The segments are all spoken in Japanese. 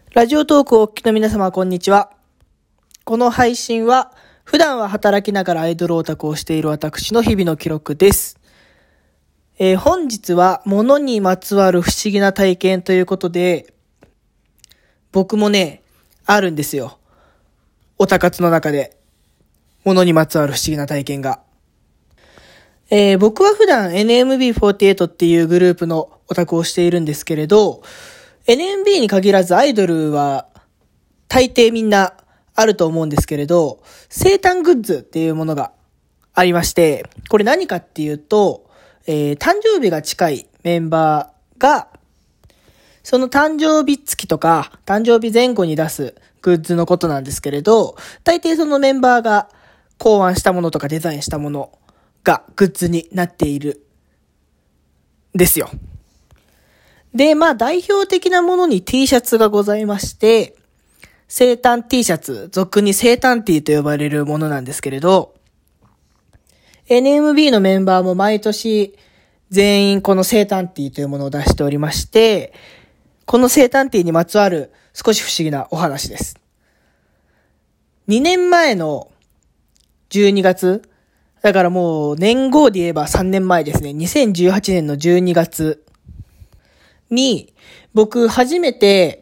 ラジオトークをお聞きの皆様、こんにちは。この配信は、普段は働きながらアイドルオタクをしている私の日々の記録です。本日は、物にまつわる不思議な体験ということで、僕もね、あるんですよ。オタ活の中で、物にまつわる不思議な体験が。僕は普段 NMB48 っていうグループのオタクをしているんですけれど、NMB に限らずアイドルは大抵みんなあると思うんですけれど、生誕グッズっていうものがありまして、これ何かっていうと、誕生日が近いメンバーが、その誕生日月とか誕生日前後に出すグッズのことなんですけれど、大抵そのメンバーが考案したものとかデザインしたものがグッズになっているんですよ。で、代表的なものに T シャツがございまして、生誕 T シャツ、俗に生誕 T と呼ばれるものなんですけれど、NMB のメンバーも毎年全員この生誕 T というものを出しておりまして、この生誕 T にまつわる少し不思議なお話です。2年前の12月、だからもう年号で言えば3年前ですね。2018年の12月に僕初めて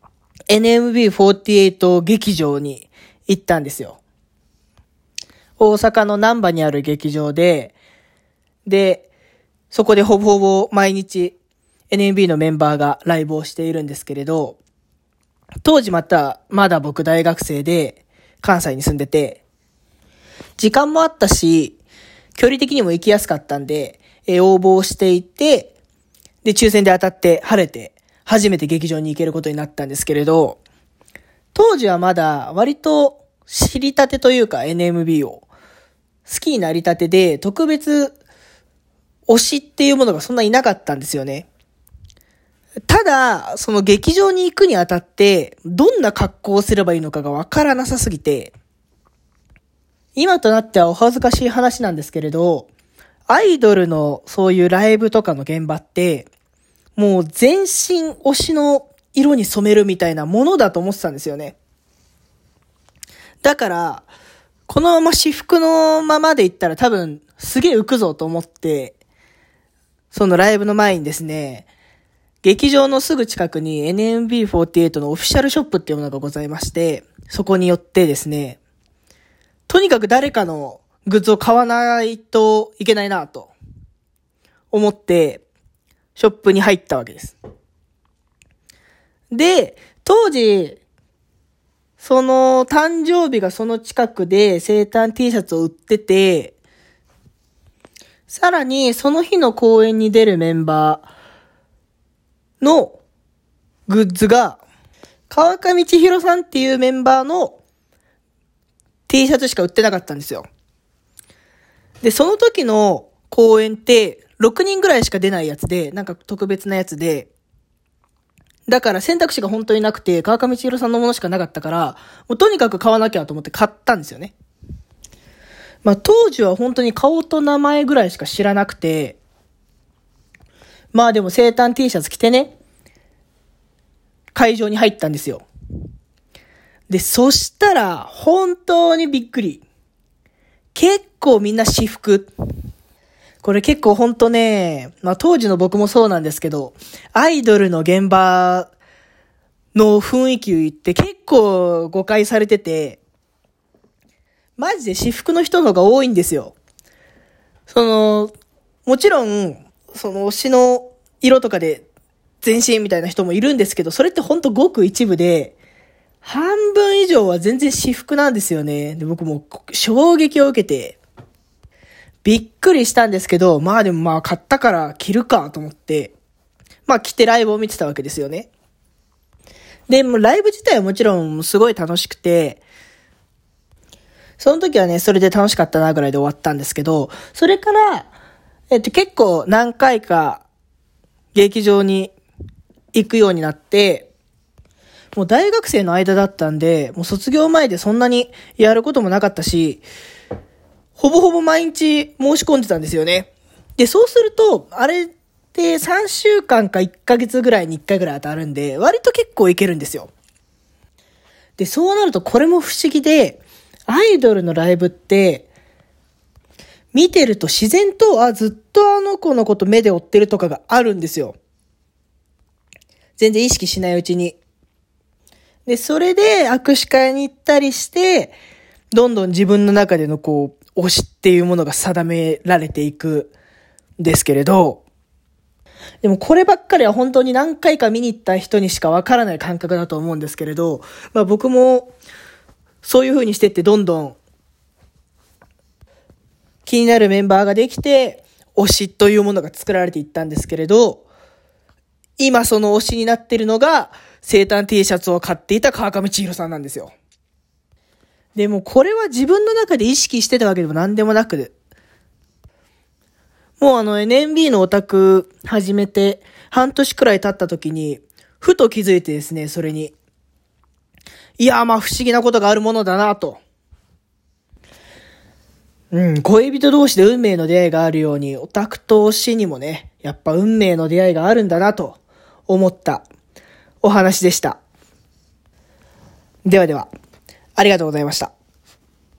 NMB48 劇場に行ったんですよ。大阪の難波にある劇場で、そこでほぼほぼ毎日 NMB のメンバーがライブをしているんですけれど、当時まだ僕大学生で関西に住んでて、時間もあったし、距離的にも行きやすかったんで、応募をしていて、で、抽選で当たって晴れて、初めて劇場に行けることになったんですけれど、当時はまだ割と知りたてというか NMB を好きになりたてで、特別推しっていうものがそんないなかったんですよね。ただ、その劇場に行くにあたって、どんな格好をすればいいのかがわからなさすぎて、今となってはお恥ずかしい話なんですけれど、アイドルのそういうライブとかの現場って、もう全身推しの色に染めるみたいなものだと思ってたんですよね。だから、このまま私服のままで行ったら多分すげえ浮くぞと思って、そのライブの前にですね、劇場のすぐ近くに NMB48 のオフィシャルショップっていうものがございまして、そこによってですね、とにかく誰かのグッズを買わないといけないなと思って、ショップに入ったわけです。で、当時、その誕生日がその近くで生誕 T シャツを売ってて、さらにその日の公演に出るメンバーのグッズが、川上千尋さんっていうメンバーの T シャツしか売ってなかったんですよ。で、その時の公演って6人ぐらいしか出ないやつで、なんか特別なやつで、だから選択肢が本当になくて、川上千尋さんのものしかなかったから、もうとにかく買わなきゃと思って買ったんですよね。当時は本当に顔と名前ぐらいしか知らなくて、でも生誕 T シャツ着てね、会場に入ったんですよ。で、そしたら本当にびっくり。結構みんな私服。これ結構ほんとね、当時の僕もそうなんですけど、アイドルの現場の雰囲気って結構誤解されてて、マジで私服の人の方が多いんですよ。もちろん、推しの色とかで全身みたいな人もいるんですけど、それってほんとごく一部で、半分以上は全然私服なんですよね。で、僕も衝撃を受けて、びっくりしたんですけど、でも買ったから着るかと思って、着てライブを見てたわけですよね。で、もうライブ自体はもちろんすごい楽しくて、その時はね、それで楽しかったなぐらいで終わったんですけど、それから、結構何回か劇場に行くようになって、もう大学生の間だったんで、もう卒業前でそんなにやることもなかったし、ほぼほぼ毎日申し込んでたんですよね。で、そうすると、あれって3週間か1ヶ月ぐらいに1回ぐらい当たるんで、割と結構いけるんですよ。 で、そうなるとこれも不思議で、アイドルのライブって、見てると自然と、ずっとあの子のこと目で追ってるとかがあるんですよ。全然意識しないうちに。で、それで握手会に行ったりして、どんどん自分の中での推しっていうものが定められていくんですけれど、でもこればっかりは本当に何回か見に行った人にしかわからない感覚だと思うんですけれど、僕もそういう風にしてってどんどん気になるメンバーができて、推しというものが作られていったんですけれど、今その推しになっているのが、生誕 T シャツを買っていた川上千尋さんなんですよ。でもこれは自分の中で意識してたわけでも何でもなく、もうNMB のオタク始めて半年くらい経った時に、ふと気づいてですね、それに。いや、不思議なことがあるものだなと。恋人同士で運命の出会いがあるように、オタクと推しにもね、やっぱ運命の出会いがあるんだなと思ったお話でした。ではでは、ありがとうございました。